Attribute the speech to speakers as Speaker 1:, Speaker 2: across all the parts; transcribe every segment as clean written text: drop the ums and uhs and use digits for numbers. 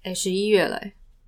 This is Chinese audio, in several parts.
Speaker 1: 11月了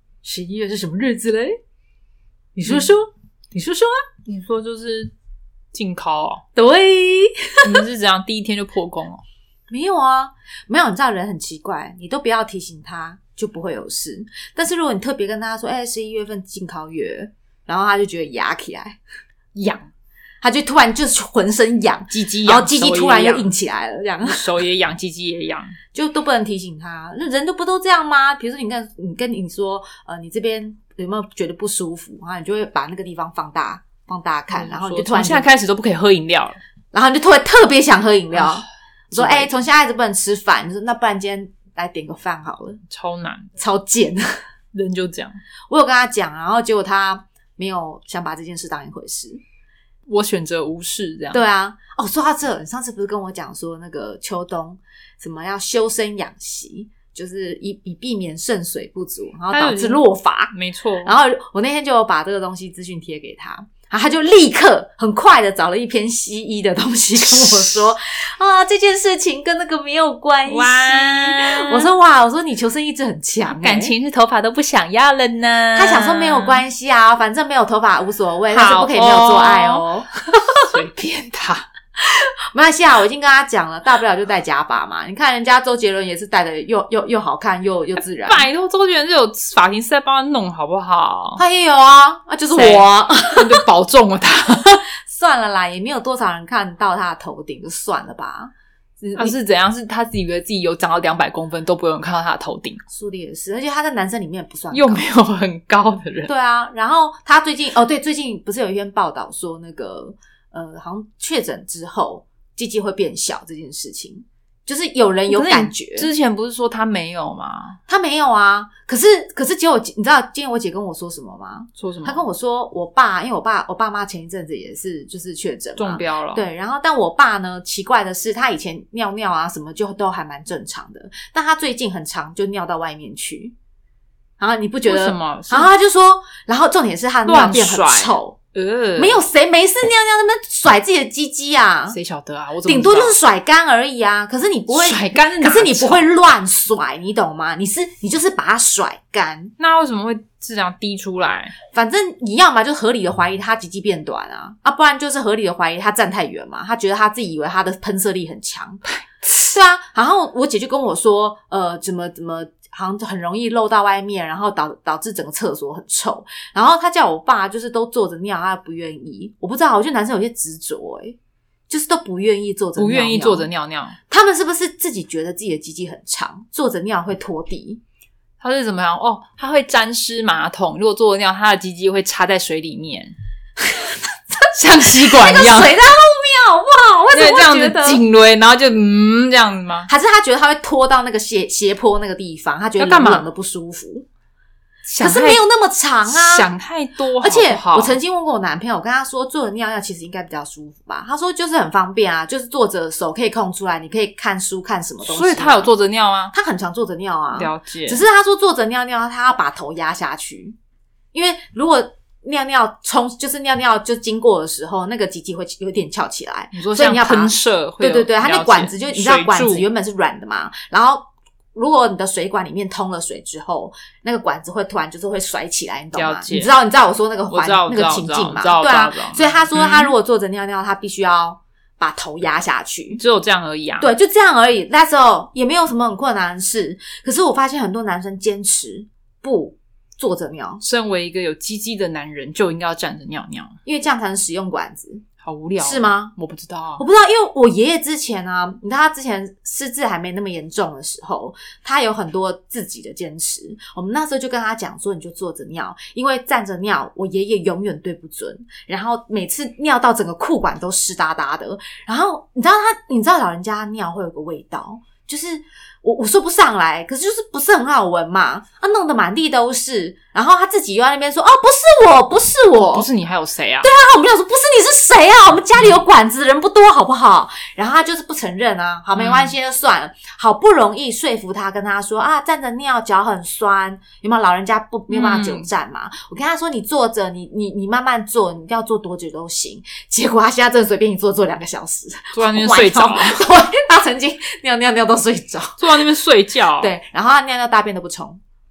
Speaker 1: 11月是什么日子嘞？你说说你说说啊。
Speaker 2: 你说就是禁考哦？
Speaker 1: 对。
Speaker 2: 你们是怎样第一天就破功哦？
Speaker 1: 没有啊，没有，你知道人很奇怪，你都不要提醒他就不会有事，但是如果你特别跟他说11月份禁考月，然后他就觉得压起来
Speaker 2: 痒，
Speaker 1: 他就突然就是浑身痒，
Speaker 2: 鸡鸡痒，
Speaker 1: 然后鸡鸡突然又硬起来了，这样
Speaker 2: 手也痒，鸡鸡也痒，
Speaker 1: 就都不能提醒他。人都不都这样吗？比如说你说你这边有没有觉得不舒服，然后你就会把那个地方放大看，然后你就突然
Speaker 2: 从现在开始都不可以喝饮料了，
Speaker 1: 然后你就突然特别想喝饮料，说从现在开始不能吃饭，你说那不然今天来点个饭好了。
Speaker 2: 超难，
Speaker 1: 超贱，
Speaker 2: 人就这样。
Speaker 1: 我有跟他讲，然后结果他没有想把这件事当一回事，
Speaker 2: 我选择无视这样。
Speaker 1: 对啊，说到这，你上次不是跟我讲说那个秋冬什么要修身养息，就是以避免肾水不足，然后导致落发。
Speaker 2: 没错。
Speaker 1: 然后我那天就有把这个东西资讯贴给他，然后他就立刻很快的找了一篇西医的东西跟我说这件事情跟那个没有关系。我说你求生意志很强
Speaker 2: 感情是头发都不想要了呢。
Speaker 1: 他想说没有关系啊，反正没有头发无所谓，但是不可以没有做爱哦。
Speaker 2: 随便他。
Speaker 1: 没关系啊，我已经跟他讲了，大不了就戴假发嘛。你看人家周杰伦也是戴的又好看又自然。
Speaker 2: 拜托，周杰伦是有发型师在帮他弄好不好？
Speaker 1: 他也有啊，就是我啊，
Speaker 2: 那就保重了他。
Speaker 1: 算了啦，也没有多少人看到他的头顶，就算了吧。
Speaker 2: 是怎样？是他自己以为自己有长到200公分都不用看到他的头顶。
Speaker 1: 苏丽也是，而且他在男生里面不算高，
Speaker 2: 又没有很高的人。
Speaker 1: 对啊，然后他最近最近不是有一篇报道说那个好像确诊之后鸡鸡会变小这件事情，就是有人有感觉。
Speaker 2: 之前不是说他没有吗？
Speaker 1: 他没有啊，可是结果你知道今天我姐跟我说什么吗？
Speaker 2: 说什么？
Speaker 1: 她跟我说我爸，因为我爸妈前一阵子也是就是确诊嘛，
Speaker 2: 中标了。
Speaker 1: 对，然后但我爸呢，奇怪的是他以前尿尿啊什么就都还蛮正常的，但他最近很常就尿到外面去。然后你不觉得？
Speaker 2: 为什么？
Speaker 1: 然后他就说，然后重点是他的尿变很臭。没有谁没事尿尿那边甩自己的鸡鸡啊，
Speaker 2: 谁晓得啊？我怎么
Speaker 1: 顶多就是甩干而已啊。可是你不会
Speaker 2: 甩干，
Speaker 1: 可是你不会乱甩，你懂吗？你就是把它甩干。
Speaker 2: 那为什么会这样滴出来？
Speaker 1: 反正你要嘛就合理的怀疑他鸡鸡变短啊，不然就是合理的怀疑他站太远嘛。他觉得他自己以为他的喷射力很强，对啊。然后我姐就跟我说，怎么。好像很容易漏到外面，然后导致整个厕所很臭。然后他叫我爸就是都坐着尿，他不愿意。我不知道，我觉得男生有些执着就是都不愿意坐着尿，
Speaker 2: 不愿意坐着尿尿。
Speaker 1: 他们是不是自己觉得自己的鸡鸡很长，坐着尿会拖地？
Speaker 2: 他是怎么样？他会沾湿马桶。如果坐着尿，他的鸡鸡会插在水里面，像吸管一样。
Speaker 1: 那个水在后面好不好？为什么会觉得
Speaker 2: 这样子紧勒，然后就这样子吗？
Speaker 1: 还是他觉得他会拖到那个斜坡那个地方，他觉得冷的不舒服。可是没有那么长啊，
Speaker 2: 想太多好不好。
Speaker 1: 而且我曾经问过我男朋友，我跟他说坐着尿尿其实应该比较舒服吧，他说就是很方便啊，就是坐着手可以空出来，你可以看书看什么东西。
Speaker 2: 所以他有坐着尿啊？
Speaker 1: 他很常坐着尿啊。
Speaker 2: 了解。
Speaker 1: 只是他说坐着尿尿他要把头压下去，因为如果尿尿就是尿尿就经过的时候，那个鸡鸡会有点翘起来。
Speaker 2: 你说像喷射会有？
Speaker 1: 对，它那管子就你知道管子原本是软的嘛，然后如果你的水管里面通了水之后，那个管子会突然就是会甩起来，你懂吗？你知道我说那个那个情境嘛？对啊，所以他说他如果坐着尿尿，他必须要把头压下去，
Speaker 2: 只有这样而已啊。
Speaker 1: 对，就这样而已。That's all， 也没有什么很困难的事。可是我发现很多男生坚持不坐着尿。
Speaker 2: 身为一个有鸡鸡的男人，就应该要站着尿尿，
Speaker 1: 因为这样才能使用管子。
Speaker 2: 好无聊，
Speaker 1: 是吗？
Speaker 2: 我不知道啊，
Speaker 1: 我不知道，因为我爷爷之前啊，你知道他之前失智还没那么严重的时候，他有很多自己的坚持。我们那时候就跟他讲说，你就坐着尿，因为站着尿，我爷爷永远对不准，然后每次尿到整个裤管都湿哒哒的。然后你知道老人家尿会有个味道，就是我说不上来，可是就是不是很好闻嘛，弄得满地都是。然后他自己又在那边说，不是我，
Speaker 2: 不是你还有谁啊？
Speaker 1: 对啊，我们想说不是你是谁啊？我们家里有管子，人不多好不好？然后他就是不承认啊，好没关系就算了。好不容易说服他，跟他说啊，站着尿脚很酸，有没有？老人家没有办法久站嘛。我跟他说你坐着，你慢慢坐，你要坐多久都行。结果他现在真的随便你坐2个小时，
Speaker 2: 坐在那边睡着。
Speaker 1: 对，他曾经尿到睡着，
Speaker 2: 坐在那边睡觉。
Speaker 1: 对，然后他尿大便都不冲。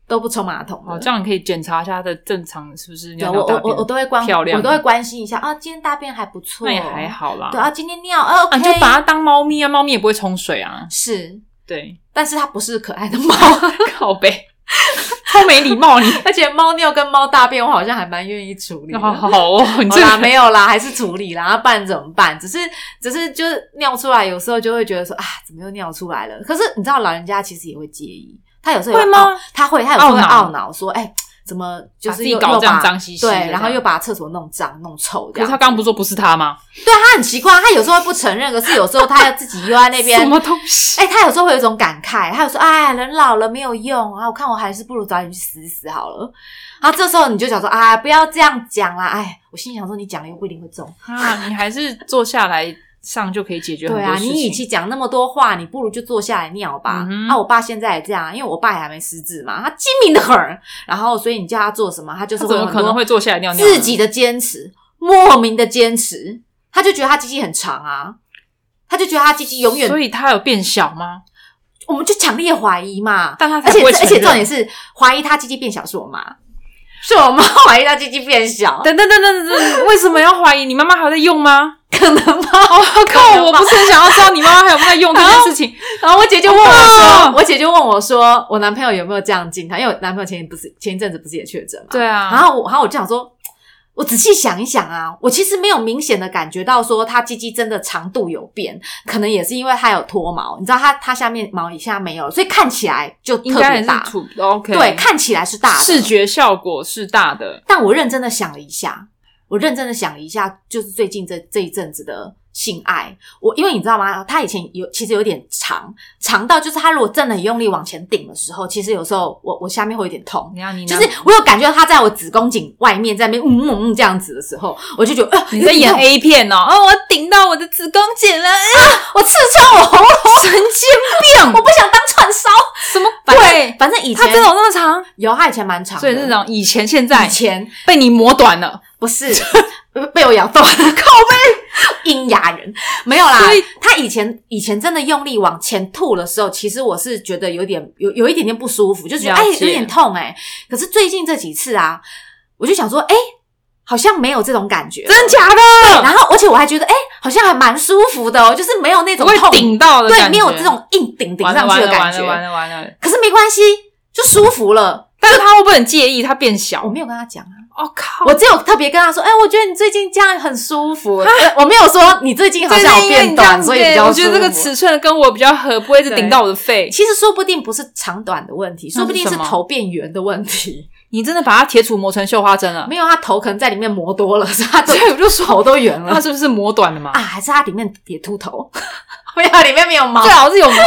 Speaker 1: 都不冲马桶的。
Speaker 2: 这样你可以检查一下他的正常是不是尿
Speaker 1: 尿
Speaker 2: 大便
Speaker 1: 我都会
Speaker 2: 漂亮，
Speaker 1: 我都会关心一下啊，今天大便还不错，
Speaker 2: 那也还好啦。
Speaker 1: 对啊，今天尿OK，
Speaker 2: 你就把它当猫咪啊，猫咪也不会冲水啊。
Speaker 1: 是，
Speaker 2: 对，
Speaker 1: 但是它不是可爱的猫，
Speaker 2: 靠背。超没礼貌你，
Speaker 1: 而且猫尿跟猫大便我好像还蛮愿意处理的。
Speaker 2: 好哦，你
Speaker 1: 好啦，没有啦，还是处理啦，不然怎么办？只是就是尿出来，有时候就会觉得说啊，怎么又尿出来了？可是你知道，老人家其实也会介意，他有时候
Speaker 2: 会吗？
Speaker 1: 他有时候会懊恼说，怎么就是
Speaker 2: 把自己搞这样脏兮兮的，
Speaker 1: 对，然后又把厕所弄脏弄臭这样。
Speaker 2: 可是他刚刚不是说不是他吗？
Speaker 1: 对啊，他很奇怪，他有时候会不承认，可是有时候他要自己又在那边
Speaker 2: 什么东西？
Speaker 1: 他有时候会有一种感慨，他有说哎，人老了没有用啊，我看我还是不如早点去死好了。然后这时候你就想说啊，不要这样讲啦，我心想说你讲了又不一定会中
Speaker 2: 啊，你还是坐下来上就可以解决很多事情。
Speaker 1: 对啊，你与其讲那么多话，你不如就坐下来尿吧。我爸现在也这样，因为我爸也还没失智嘛，他精明的很。然后所以你叫他做什么，他就是会
Speaker 2: 怎么可能会坐下来尿尿？
Speaker 1: 自己的坚持，莫名的坚持，他就觉得他鸡鸡很长啊，他就觉得他鸡鸡永远，
Speaker 2: 所以他有变小吗？
Speaker 1: 我们就强烈怀疑嘛，
Speaker 2: 但他才不会承认。
Speaker 1: 而且重点是怀疑他鸡鸡变小是我妈。是我妈怀疑她鸡鸡变小。
Speaker 2: 等，为什么要怀疑？你妈妈还在用吗？
Speaker 1: 可能吧。
Speaker 2: 靠！我不是很想要知道你妈妈还有没有在用这件事情。
Speaker 1: 然后我姐就问我说，我男朋友有没有这样进他？因为我男朋友前一阵子不是也确诊嘛？
Speaker 2: 对啊。
Speaker 1: 然后我就想说，我仔细想一想啊，我其实没有明显的感觉到说他鸡鸡真的长度有变，可能也是因为他有脱毛，你知道他下面毛现在没有了，所以看起来就特别大。
Speaker 2: OK，
Speaker 1: 对，看起来是大的，
Speaker 2: 视觉效果是大的。
Speaker 1: 但我认真的想了一下，就是最近这一阵子的性爱，因为你知道吗？他以前其实有点长到就是他如果真的很用力往前顶的时候，其实有时候我下面会有点痛，就是我有感觉到他在我子宫颈外面在那边这样子的时候，我就觉得
Speaker 2: 你在演 A 片哦，我顶到我的子宫颈了，
Speaker 1: 我刺穿我喉咙，
Speaker 2: 神经病！
Speaker 1: 我不想当串烧，
Speaker 2: 什么
Speaker 1: 鬼？反正以前
Speaker 2: 他真的有那么长？
Speaker 1: 有，他以前蛮长的，
Speaker 2: 所以是讲以前被你磨短了，
Speaker 1: 不是被我咬断了，靠背阴哑人没有啦。所以他以前真的用力往前吐的时候，其实我是觉得有一点点不舒服，就觉得有点痛可是最近这几次啊，我就想说好像没有这种感觉，
Speaker 2: 真假的？
Speaker 1: 然后而且我还觉得好像还蛮舒服的就是没有那种痛
Speaker 2: 会顶到的感觉，
Speaker 1: 对，没有这种硬顶上去的感觉。
Speaker 2: 完了。
Speaker 1: 可是没关系，就舒服了。
Speaker 2: 但是他会不会很介意他变小？
Speaker 1: 我没有跟他讲啊。
Speaker 2: 靠！
Speaker 1: 我只有特别跟他说，我觉得你最近这样很舒服。我没有说你最近好像有变短，所以比较舒服。
Speaker 2: 我觉得这个尺寸跟我比较合，不会一直顶到我的肺。
Speaker 1: 其实说不定不是长短的问题，说不定是头变圆的问题。
Speaker 2: 你真的把他铁杵磨成绣花针了？
Speaker 1: 没有，他头可能在里面磨多了，所以他我就头都圆了。
Speaker 2: 他是不是磨短了嘛？
Speaker 1: 还是他里面也秃头？没有，里面没有毛，
Speaker 2: 最好是有毛。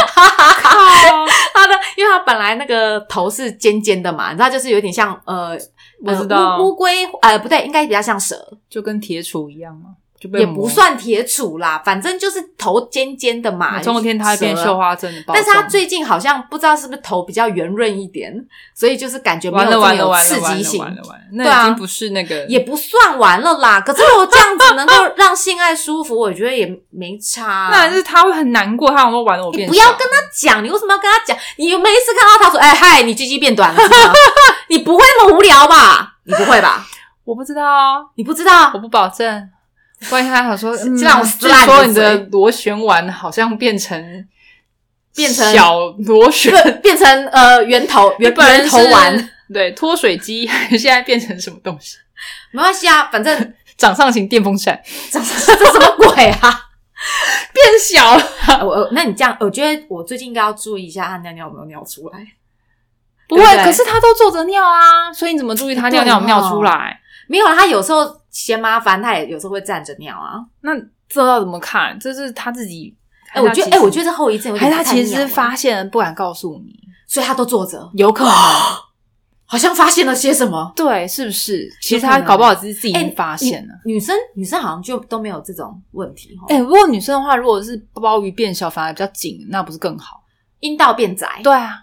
Speaker 1: 因为他本来那个头是尖尖的嘛，你知道，就是有点像
Speaker 2: 我知道
Speaker 1: 乌龟，不对，应该比较像蛇，
Speaker 2: 就跟铁杵一样嘛。
Speaker 1: 也不算铁杵啦，反正就是头尖尖的嘛。
Speaker 2: 总有天它会变绣花针的包装。
Speaker 1: 但是他最近好像不知道是不是头比较圆润一点，所以就是感觉没有这么有刺激性。
Speaker 2: 完了，那已经不是那个，
Speaker 1: 也不算完了啦。可是如果这样子能够让性爱舒服，我觉得也没差。
Speaker 2: 那还是他会很难过，他想说完了我变小。
Speaker 1: 你不要跟他讲，你为什么要跟他讲？你每一次看到他说嗨，你鸡鸡变短了是吗？你不会那么无聊吧？你不会吧？
Speaker 2: 我不知道，
Speaker 1: 你不知道，
Speaker 2: 我不保证。关键他想说，
Speaker 1: 让我
Speaker 2: 说你的螺旋丸好像变成小螺旋，
Speaker 1: 变成圆头丸，
Speaker 2: 对，脱水机，现在变成什么东西？
Speaker 1: 没关系啊，反正
Speaker 2: 掌上型电风扇，
Speaker 1: 这什么鬼啊？
Speaker 2: 变小了。
Speaker 1: 那你这样，我觉得我最近应该要注意一下他尿尿有没有尿出来。
Speaker 2: 不会，可是他都坐着尿啊，所以你怎么注意他尿尿有没有尿出来？
Speaker 1: 没有啦，他有时候嫌麻烦，他也有时候会站着尿啊。
Speaker 2: 那这要怎么看？这是他自己。
Speaker 1: 我觉得这后遗症有点
Speaker 2: 还是他其实发现了不敢告诉你，
Speaker 1: 所以他都坐着，
Speaker 2: 有可能
Speaker 1: 好像发现了些什么。
Speaker 2: 对，是不是？其实他搞不好只是自己已经发现了。
Speaker 1: 女生好像就都没有这种问题。
Speaker 2: 如果女生的话，如果是包鱼变小反而比较紧，那不是更好？
Speaker 1: 阴道变窄。
Speaker 2: 对啊。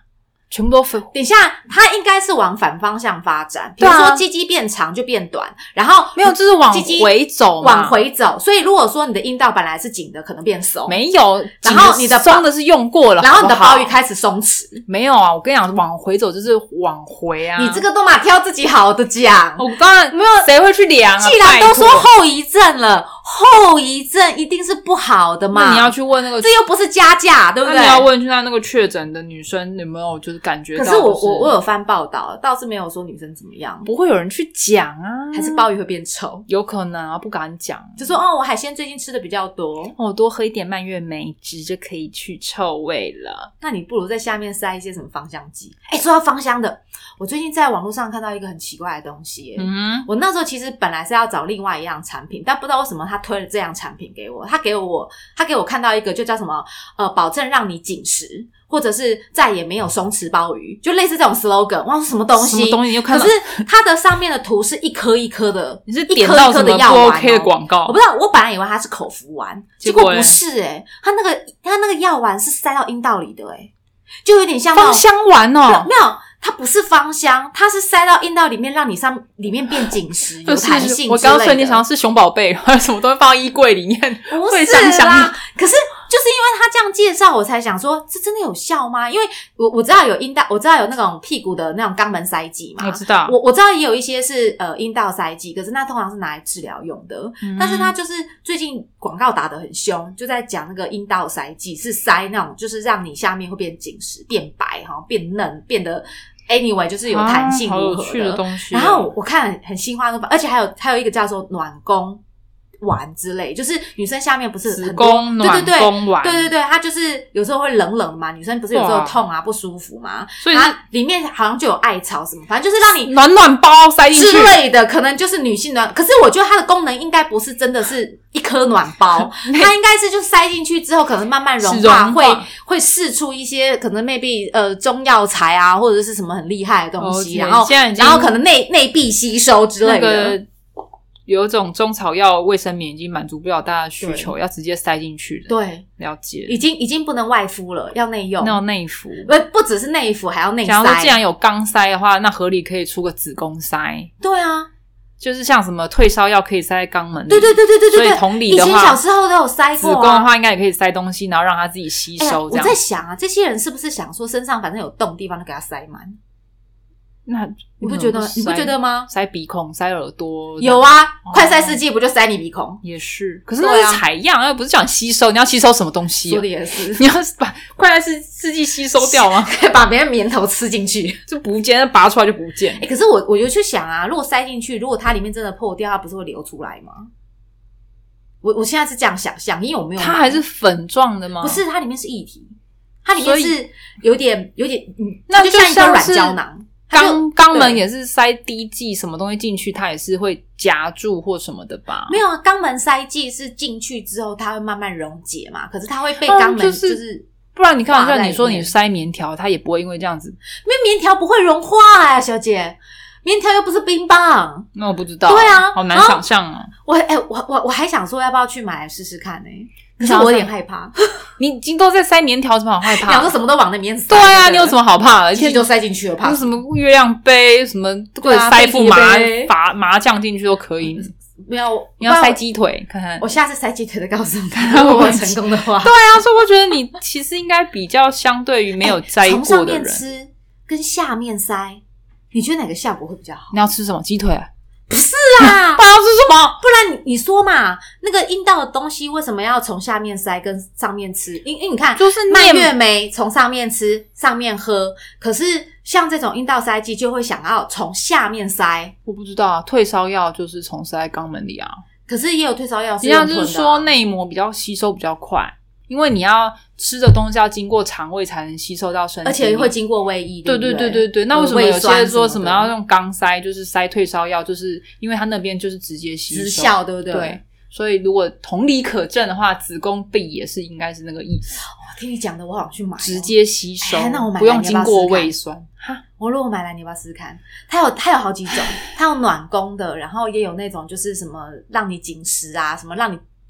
Speaker 2: 全部都分。
Speaker 1: 等一下，它应该是往反方向发展，比
Speaker 2: 对啊
Speaker 1: 如说鸡鸡变长就变短，然后
Speaker 2: 没有，就是往回走嘛，
Speaker 1: 往回走。所以如果说你的阴道本来是紧的，可能变松，
Speaker 2: 没有，
Speaker 1: 然后你的
Speaker 2: 松的是用过了，
Speaker 1: 然后你的
Speaker 2: 好不好
Speaker 1: 包鱼开始松弛。
Speaker 2: 没有啊，我跟你讲，往回走就是往回啊。
Speaker 1: 你这个都嘛挑自己好的讲，
Speaker 2: 我当然
Speaker 1: 没有
Speaker 2: 谁会去量啊？
Speaker 1: 既然都说
Speaker 2: 拜托
Speaker 1: 后遗症了，后遗症一定是不好的嘛。
Speaker 2: 那你要去问那个，
Speaker 1: 这又不是加价，对不对？
Speaker 2: 那你要问那个确诊的女生有没有就是感觉到、
Speaker 1: 可是我有翻报道，倒是没有说女生怎么样，
Speaker 2: 不会有人去讲啊，
Speaker 1: 还是鲍鱼会变臭，
Speaker 2: 有可能啊，不敢讲，
Speaker 1: 就说哦，我海鲜最近吃的比较多，
Speaker 2: 多喝一点蔓越莓汁就可以去臭味了。
Speaker 1: 那你不如在下面塞一些什么芳香剂。说到芳香的，我最近在网络上看到一个很奇怪的东西我那时候其实本来是要找另外一样产品，但不知道为什么他推了这样产品给我，他给我看到一个就叫什么保证让你紧实，或者是再也没有松弛鲍鱼，就类似这种 slogan。哇，什么东西？
Speaker 2: 什么东西？你又看到？
Speaker 1: 可是它的上面的图是一颗一颗的，
Speaker 2: 你是点到什么不 OK 的广告？
Speaker 1: 我不知道，我本来以为它是口服丸，结果不是它那个药丸是塞到阴道里的就有点像
Speaker 2: 芳香丸哦，
Speaker 1: 没有。它不是芳香，它是塞到阴道里面，让你里面变紧实、有弹性之类的。
Speaker 2: 我刚刚瞬间想到是熊宝贝，还有什么东西放到衣柜里面，
Speaker 1: 不是啦。可是就是因为他这样介绍，我才想说，这真的有效吗？因为我知道有阴道，我知道有那种屁股的那种肛门塞剂嘛，
Speaker 2: 我知道，
Speaker 1: 我知道也有一些是阴道塞剂，可是那通常是拿来治疗用的。但是它就是最近广告打得很凶，就在讲那个阴道塞剂是塞那种，就是让你下面会变紧实、变白、变嫩、变得。anyway 就是有弹性如何的，
Speaker 2: 好有趣的东西。
Speaker 1: 然后我看很新花，而且还有一个叫做暖宫丸之类，就是女生下面不是很多
Speaker 2: 子宫暖宫丸，
Speaker 1: 对，它就是有时候会冷冷的嘛，女生不是有时候痛啊不舒服嘛，
Speaker 2: 所以
Speaker 1: 它里面好像就有艾草什么，反正就是让你
Speaker 2: 暖暖包塞进去
Speaker 1: 之类的，可能就是女性暖。可是我觉得它的功能应该不是真的是一颗暖包，它应该是就塞进去之后，可能慢慢融化，会释出一些可能 maybe 中药材啊，或者是什么很厉害的东西，然后可能内壁吸收之类的。
Speaker 2: 有一种中草药卫生棉已经满足不了大家的需求，要直接塞进去了。
Speaker 1: 对，
Speaker 2: 了解。
Speaker 1: 已经不能外敷了，要内用。
Speaker 2: 要内服，
Speaker 1: 不只是内服，还要内塞。
Speaker 2: 假如说既然有肛塞的话，那合理可以出个子宫塞。
Speaker 1: 对啊，
Speaker 2: 就是像什么退烧药可以塞在肛门里。
Speaker 1: 对。所
Speaker 2: 以同理的话，
Speaker 1: 以前小时候都有塞过
Speaker 2: 子宫的话，应该也可以塞东西，然后让它自己吸收。这样
Speaker 1: 我在想啊，这些人是不是想说身上反正有洞的地方就给它塞满？
Speaker 2: 那
Speaker 1: 你不觉得吗？
Speaker 2: 塞鼻孔、塞耳朵
Speaker 1: 有啊，快塞试剂不就塞你鼻孔？
Speaker 2: 也是，可是那是采样，又不是讲吸收。你要吸收什么东西？
Speaker 1: 说的也是，
Speaker 2: 你要把快塞试剂吸收掉吗？
Speaker 1: 可以把别人棉头吃进去，
Speaker 2: 就不见，拔出来就不见。
Speaker 1: 可是我就去想啊，如果塞进去，如果它里面真的破掉，它不是会流出来吗？我现在是这样想象，因为我没有。
Speaker 2: 它还是粉状的吗？
Speaker 1: 不是，它里面是液体，它里面是有点，
Speaker 2: 那
Speaker 1: 就像一个软胶囊。
Speaker 2: 肛门也是塞滴剂什么东西进去，它也是会夹住或什么的吧？
Speaker 1: 没有啊，肛门塞剂是进去之后它会慢慢溶解嘛，可是它会被肛门就是
Speaker 2: 不然你开玩笑，你说你塞棉条，它也不会因为这样子，
Speaker 1: 因为棉条不会融化啊，小姐，棉条又不是冰棒。
Speaker 2: 那我不知道，
Speaker 1: 对啊，
Speaker 2: 好难想象啊。
Speaker 1: 我还想说要不要去买来试试看可是我有点害怕。
Speaker 2: 你已经都在塞棉条，怎么好害怕？
Speaker 1: 两个什么都往那边塞。
Speaker 2: 对啊，你有什么好怕的？而且
Speaker 1: 就塞进去了，怕
Speaker 2: 什么月亮杯，什么或者塞副麻酱进去都可以。
Speaker 1: 没有，
Speaker 2: 你要塞鸡腿看看。
Speaker 1: 我下次塞鸡腿的告诉你，如果我成功的话。
Speaker 2: 对啊，所以我觉得你其实应该比较相对于没有摘过的人。
Speaker 1: 从上面吃跟下面塞，你觉得哪个效果会比较好？
Speaker 2: 你要吃什么？鸡腿？
Speaker 1: 不是啊，
Speaker 2: 不然要吃什么？
Speaker 1: 不然你说嘛，那个阴道的东西为什么要从下面塞跟上面吃？因为你看，
Speaker 2: 就是
Speaker 1: 蔓越莓从上面吃，上面喝，可是像这种阴道塞剂就会想要从下面塞。
Speaker 2: 我不知道啊，退烧药就是从塞在肛门里啊。
Speaker 1: 可是也有退烧药是用吞的
Speaker 2: 就是说内膜比较吸收比较快。因为你要吃的东西要经过肠胃才能吸收到身体，
Speaker 1: 而且会经过胃液。
Speaker 2: 对。那为什么有些人说什么要用肛塞，就是塞退烧药，就是因为它那边就是直接吸收，
Speaker 1: 直效，对不对？
Speaker 2: 对。所以如果同理可证的话，子宫壁也是应该是那个意思。
Speaker 1: 听你讲的，我好想去买
Speaker 2: 直接吸收，
Speaker 1: 那我买
Speaker 2: 不用经过胃酸。
Speaker 1: 我如果买来，你要不要试试看？它有好几种，它有暖宫的，然后也有那种就是什么让你紧实啊，什么让你。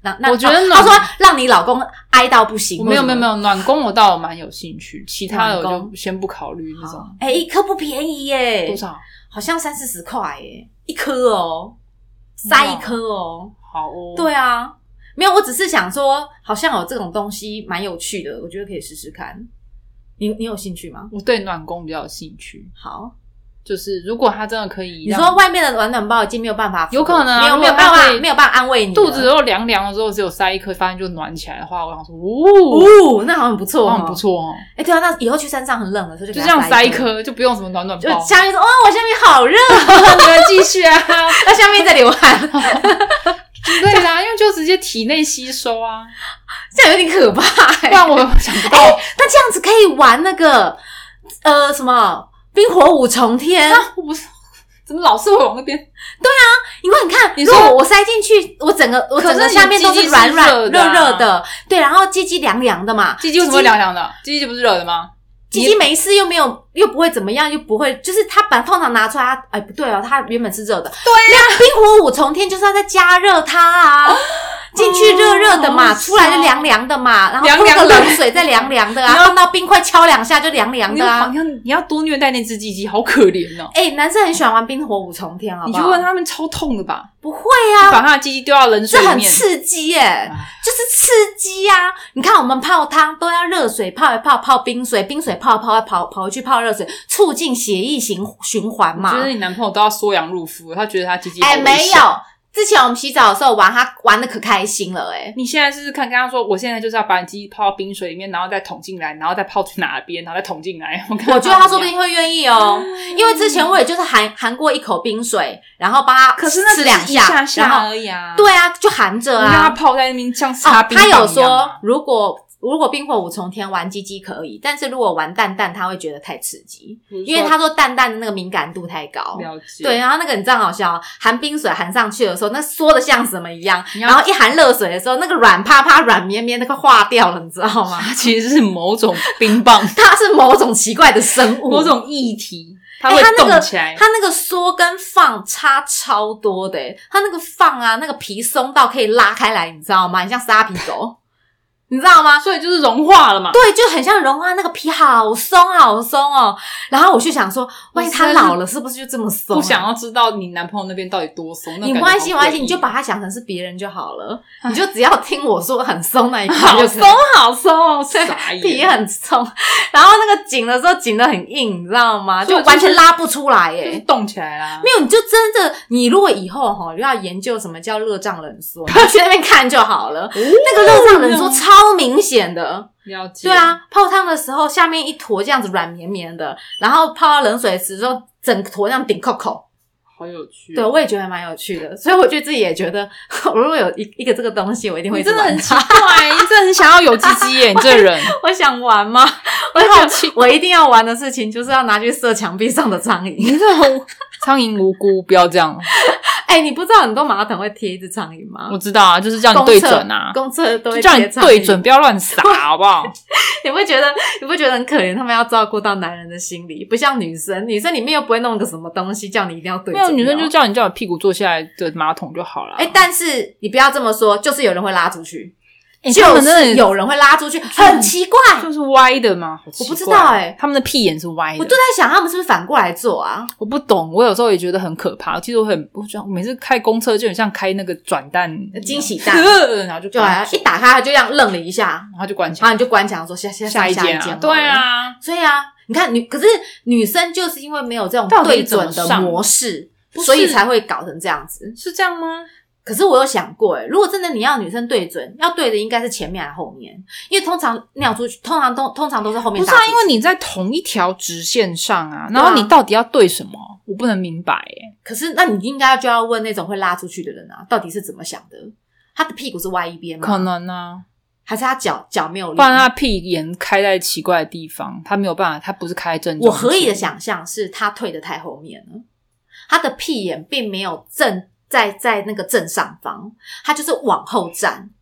Speaker 1: 那
Speaker 2: 我觉得
Speaker 1: 他说让你老公哀到不行。
Speaker 2: 没有暖宫我倒蛮有兴趣，其他的我就先不考虑那种。
Speaker 1: 一颗不便宜耶，
Speaker 2: 多少？
Speaker 1: 好像30-40块耶，一颗哦，塞一颗哦。
Speaker 2: 好哦。
Speaker 1: 对啊，没有，我只是想说，好像有这种东西蛮有趣的，我觉得可以试试看。你有兴趣吗？
Speaker 2: 我对暖宫比较有兴趣。
Speaker 1: 好。
Speaker 2: 就是如果他真的可以，
Speaker 1: 你说外面的暖包已经没有办法，
Speaker 2: 有可能
Speaker 1: 没有办法安慰你，
Speaker 2: 肚子都凉凉的时候，只有塞一颗，发现就暖起来的话，我想说，
Speaker 1: 那好像不错，
Speaker 2: 很不错哦。
Speaker 1: 对啊，那以后去山上很冷的时候
Speaker 2: 就这样塞一颗，就不用什么暖包。
Speaker 1: 就下面说我下面好热，
Speaker 2: 你们继续啊，
Speaker 1: 那下面在流汗。
Speaker 2: 对啦，因为就直接体内吸收啊，
Speaker 1: 这样有点可怕
Speaker 2: 不然我想不到。
Speaker 1: 那这样子可以玩那个什么？冰火五重天
Speaker 2: 我不是，怎么老是会往那边？
Speaker 1: 对啊，因为你看，
Speaker 2: 你说
Speaker 1: 如果我塞进去，我整个下面都是软软热的，对，然后鸡鸡凉凉的嘛。
Speaker 2: 鸡鸡为什么会凉凉的？鸡鸡不是热的吗？
Speaker 1: 鸡鸡没事，又不会怎么样，又不会，就是它通常拿出来，不对哦，它原本是热的。对呀，冰火五重天就是要再加热它啊。进去热热的嘛，出来就凉凉的嘛，然后碰个冷水再凉凉的啊，放到冰块敲2下就凉凉的啊。
Speaker 2: 你要多虐待那只鸡鸡，好可怜哦。
Speaker 1: 男生很喜欢玩冰火五重天，好不好？
Speaker 2: 你就问他们超痛的吧？
Speaker 1: 不会啊，
Speaker 2: 把他的鸡鸡丢到冷水里面，
Speaker 1: 这很刺激耶，就是刺激啊！你看我们泡汤都要热水泡一泡，泡冰水，冰水泡一泡，跑回去泡热水，促进血液循环嘛。
Speaker 2: 我觉得你男朋友都要缩阳入腹，他觉得他鸡鸡好危险。
Speaker 1: 没有。之前我们洗澡的时候他玩的可开心了
Speaker 2: 你现在试试看，跟他说我现在就是要把你鸡鸡泡到冰水里面，然后再捅进来，然后再泡去哪边，然后再捅进来。我
Speaker 1: 觉得他说不定会愿意哦，因为之前我也就是含过一口冰水，然后帮他吃2下，
Speaker 2: 然后而已啊。
Speaker 1: 对啊，就含着啊，
Speaker 2: 让他泡在那边像擦冰棒一样。
Speaker 1: 他有说如果冰火五重天玩鸡鸡可以，但是如果玩蛋蛋他会觉得太刺激，因为他说蛋蛋的那个敏感度太高。
Speaker 2: 了解。
Speaker 1: 对，然后那个你知道好笑，含冰水含上去的时候，那缩的像什么一样，然后一含热水的时候，那个软趴趴软绵绵那个化掉了，你知道吗？
Speaker 2: 它其实是某种冰棒，
Speaker 1: 它是某种奇怪的生物，
Speaker 2: 某种液体。它会动起来，
Speaker 1: 它那个缩跟放差超多的它那个放啊，那个皮松到可以拉开来，你知道吗？很像沙皮狗。你知道吗？
Speaker 2: 所以就是融化了嘛。
Speaker 1: 对，就很像融化，那个皮好松好松哦。然后我就想说，万一他老了是不是就这么松？
Speaker 2: 不想要知道你男朋友那边到底多松。
Speaker 1: 你没关系，你就把它想成是别人就好了。你就只要听我说很松那一块就可以。
Speaker 2: 好松哦，傻眼。
Speaker 1: 皮很松，然后那个紧的时候紧得很硬，你知道吗？就完全拉不出来耶，
Speaker 2: 就是动起来啦。
Speaker 1: 没有，你就真的，你如果以后要研究什么叫热胀冷缩，你就去那边看就好了。那个热胀冷缩超明显的。
Speaker 2: 了解。
Speaker 1: 对啊，泡汤的时候下面一坨这样子软绵绵的，然后泡到冷水池之后整坨这样顶扣扣。
Speaker 2: 好有趣。
Speaker 1: 对，我也觉得蛮有趣的，所以我觉得自己也觉得如果有一个这个东西我一定会
Speaker 2: 真的很奇怪，你真的很想要有鸡鸡耶，你这人。
Speaker 1: 我想玩吗？我一定要玩的事情就是要拿去射墙壁上的苍蝇。
Speaker 2: 你这种苍蝇无辜，不要这样。
Speaker 1: 你不知道很多马桶会贴一只苍蝇吗？
Speaker 2: 我知道啊，就是叫你对准啊，
Speaker 1: 公厕都会贴
Speaker 2: 就叫你对准，不要乱撒，好不好？
Speaker 1: 你不觉得很可怜？他们要照顾到男人的心理，不像女生里面又不会弄个什么东西叫你一定要对准。
Speaker 2: 没有，女生就叫你屁股坐下来的马桶就好了。
Speaker 1: 但是你不要这么说，就是有人会拉出去。就是有人会拉出去，很奇怪，
Speaker 2: 就是歪的吗？好奇怪，
Speaker 1: 我不知道
Speaker 2: 他们的屁眼是歪的。
Speaker 1: 我就在想，他们是不是反过来做啊？
Speaker 2: 我不懂，我有时候也觉得很可怕。其实我每次开公车就很像开那个转蛋
Speaker 1: 惊喜蛋，
Speaker 2: 然后就
Speaker 1: 一打开，它就这样愣了一下，
Speaker 2: 然后就关起来，
Speaker 1: 然后你就关起来说下一间啊。
Speaker 2: 对啊，
Speaker 1: 所以啊，你看可是女生就是因为没有这种对准的模式，所以才会搞成这样子，
Speaker 2: 是这样吗？
Speaker 1: 可是我有想过如果真的你要女生对准，要对的应该是前面还是后面？因为通常尿出去，通常都是后面打出去。
Speaker 2: 不是因为你在同一条直线上啊，然后你到底要对什么？我不能明白
Speaker 1: 可是那你应该就要问那种会拉出去的人啊，到底是怎么想的？他的屁股是歪一边吗？
Speaker 2: 可能啊，
Speaker 1: 还是他脚没有力？
Speaker 2: 不然他屁眼开在奇怪的地方，他没有办法，他不是开在正中。
Speaker 1: 我合理的想象是他退得太后面了，他的屁眼并没有在那个正上方，他就是往后站，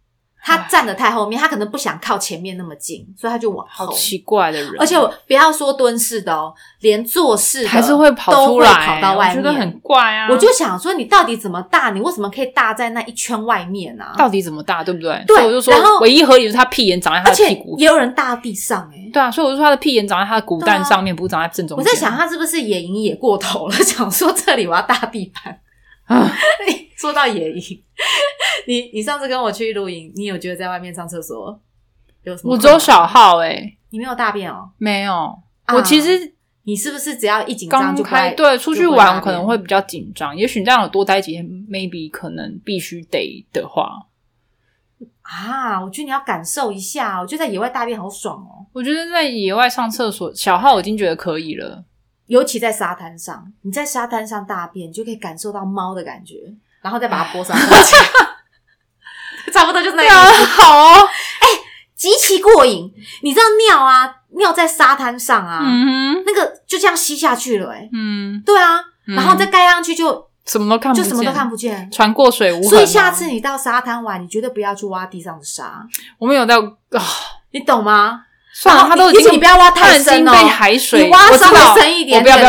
Speaker 1: 他站得太后面，他可能不想靠前面那么近，所以他就往后。
Speaker 2: 好奇怪的人，
Speaker 1: 而且不要说蹲式的哦，连坐式的
Speaker 2: 还是会跑出来，
Speaker 1: 都会跑到外面，
Speaker 2: 我觉得很怪啊。
Speaker 1: 我就想说，你到底怎么大？你为什么可以大在那一圈外面啊？
Speaker 2: 到底怎么大，对不对？
Speaker 1: 对，
Speaker 2: 所以我就说，唯一合理就是他屁眼长在他的屁股，
Speaker 1: 而且也有人大到地上
Speaker 2: 对啊，所以我就说他的屁眼长在他的骨蛋上面，不是长在正中间。
Speaker 1: 我在想他是不是野营野过头了，想说这里我要大地板。说到野营，你上次跟我去露营，你有觉得在外面上厕所有什么？
Speaker 2: 我只有小号
Speaker 1: 你没有大便哦？
Speaker 2: 没有。我其实
Speaker 1: 你是不是只要一紧张就
Speaker 2: 对出去玩我可能会比较紧张，也许你这样有多待几天 ，maybe 可能必须得的话
Speaker 1: 啊，我觉得你要感受一下，我觉得在野外大便好爽哦。
Speaker 2: 我觉得在野外上厕所，小号我已经觉得可以了。
Speaker 1: 尤其在沙滩上，你在沙滩上大便，你就可以感受到猫的感觉，然后再把它拨上去，差不多就是那样子。
Speaker 2: 好哦，
Speaker 1: 极其过瘾。你知道尿在沙滩上啊，那个就这样吸下去了对啊，然后再盖上去就
Speaker 2: 什么都看不见，
Speaker 1: 就什么都看不见，
Speaker 2: 船过水无痕。
Speaker 1: 所以下次你到沙滩玩，你绝对不要去挖地上的沙。
Speaker 2: 我们有在
Speaker 1: 你懂吗？
Speaker 2: 算了，他都已经
Speaker 1: 你不要挖太深哦，
Speaker 2: 被海水
Speaker 1: 你挖稍微深一点，
Speaker 2: 不要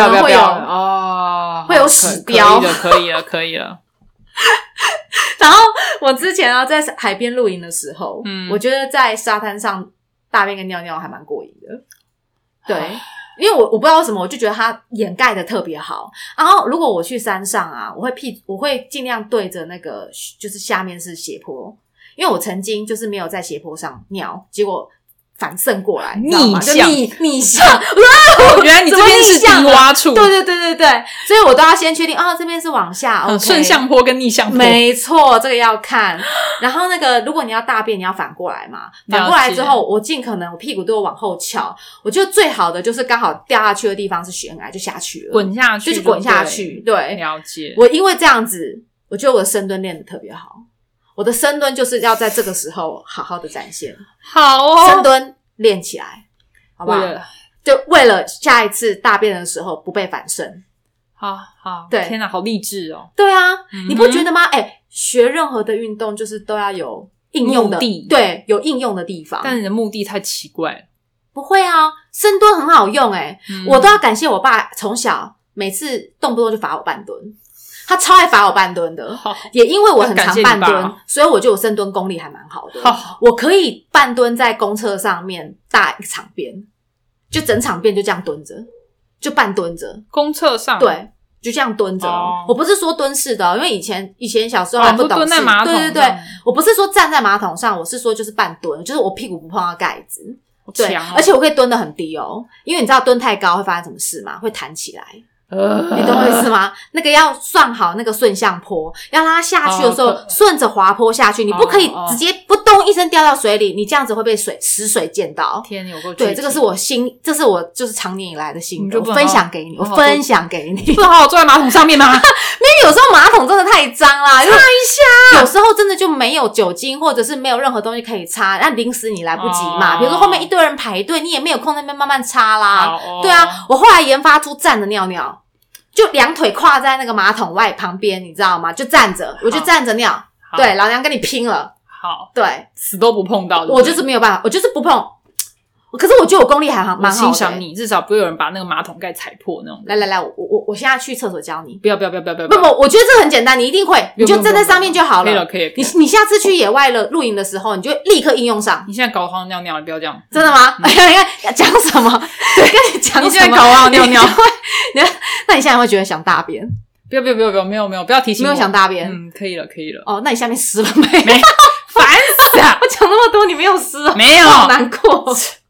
Speaker 1: 会有屎雕。
Speaker 2: 可以了。
Speaker 1: 然后我之前在海边露营的时候，我觉得在沙滩上大便跟尿尿还蛮过瘾的。对，因为我不知道为什么，我就觉得它掩盖的特别好。然后如果我去山上啊，我会尽量对着那个就是下面是斜坡，因为我曾经就是没有在斜坡上尿，结果反渗过来，逆向
Speaker 2: 原来你这边是低洼处，
Speaker 1: 对，所以我都要先确定这边是往下，
Speaker 2: 顺向坡跟逆向坡，
Speaker 1: 没错，这个要看。然后那个如果你要大便，你要反过来嘛，反过来之后，我尽可能我屁股都往后翘，我觉得最好的就是刚好掉下去的地方是悬崖，就下去了，
Speaker 2: 滚下去，
Speaker 1: 就是滚下去，对，
Speaker 2: 了解。
Speaker 1: 我因为这样子，我觉得我的深蹲练得特别好。我的深蹲就是要在这个时候好好的展现，
Speaker 2: 好哦，
Speaker 1: 深蹲练起来，好不好？就为了下一次大便的时候不被反渗。
Speaker 2: 好，
Speaker 1: 对，
Speaker 2: 天哪，好励志哦！
Speaker 1: 对啊，你不觉得吗？学任何的运动就是都要有应用的，对，有应用的地方。
Speaker 2: 但你的目的太奇怪了。
Speaker 1: 不会啊，深蹲很好用我都要感谢我爸，从小每次动不动就罚我半蹲。他超爱罚我半蹲的，也因为我很常半蹲，所以我觉得我深蹲功力还蛮好的。我可以半蹲在公车上面大一场边，就整场边就这样蹲着，就半蹲着。
Speaker 2: 公厕上
Speaker 1: 对，就这样蹲着。我不是说蹲式的因为以前小时候还不懂事，
Speaker 2: 蹲在马桶上，
Speaker 1: 对，我不是说站在马桶上，我是说就是半蹲，就是我屁股不碰到盖子。对，而且我可以蹲得很低因为你知道蹲太高会发生什么事吗？会弹起来。你懂我意思吗？那个要算好那个顺向坡，要让它下去的时候顺着滑坡下去，你不可以直接不咚一声掉到水里，你这样子会被死水溅到。
Speaker 2: 天，有够具体。
Speaker 1: 对，这是我就是常年以来的心得，我分享给你，
Speaker 2: 不能好好坐在马桶上面吗？
Speaker 1: 因为有时候马桶真的太脏啦，擦一下，有时候真的就没有酒精或者是没有任何东西可以擦，那临时你来不及嘛，比如说后面一堆人排队，你也没有空在那边慢慢擦啦。对啊，我后来研发出站着尿尿。就两腿跨在那个马桶外旁边，你知道吗？就站着，我就站着尿。对，老娘跟你拼了。
Speaker 2: 好，
Speaker 1: 对，
Speaker 2: 死都不碰到。
Speaker 1: 我就是没有办法，我就是不碰。可是我觉得我功力还蛮好的。
Speaker 2: 我欣赏你，至少不会有人把那个马桶盖踩破那种。
Speaker 1: 来，我现在去厕所教你。
Speaker 2: 不要！
Speaker 1: 不，我觉得这很简单，你一定会，你就站在上面就好了。
Speaker 2: 可以。
Speaker 1: 你下次去野外了露营的时候，你就会立刻应用上。
Speaker 2: 你现在搞好尿尿，你不要这样。
Speaker 1: 真的吗？你看讲什么？对，跟你讲什么？
Speaker 2: 你现在搞好尿尿，
Speaker 1: 那你现在会觉得想大便？
Speaker 2: 不要，没有，不要提醒我。
Speaker 1: 没有想大便。
Speaker 2: 可以了。
Speaker 1: 那你下面湿了没？
Speaker 2: 没，烦死了！
Speaker 1: 我讲那么多，你没有湿哦，
Speaker 2: 没有，
Speaker 1: 好难过。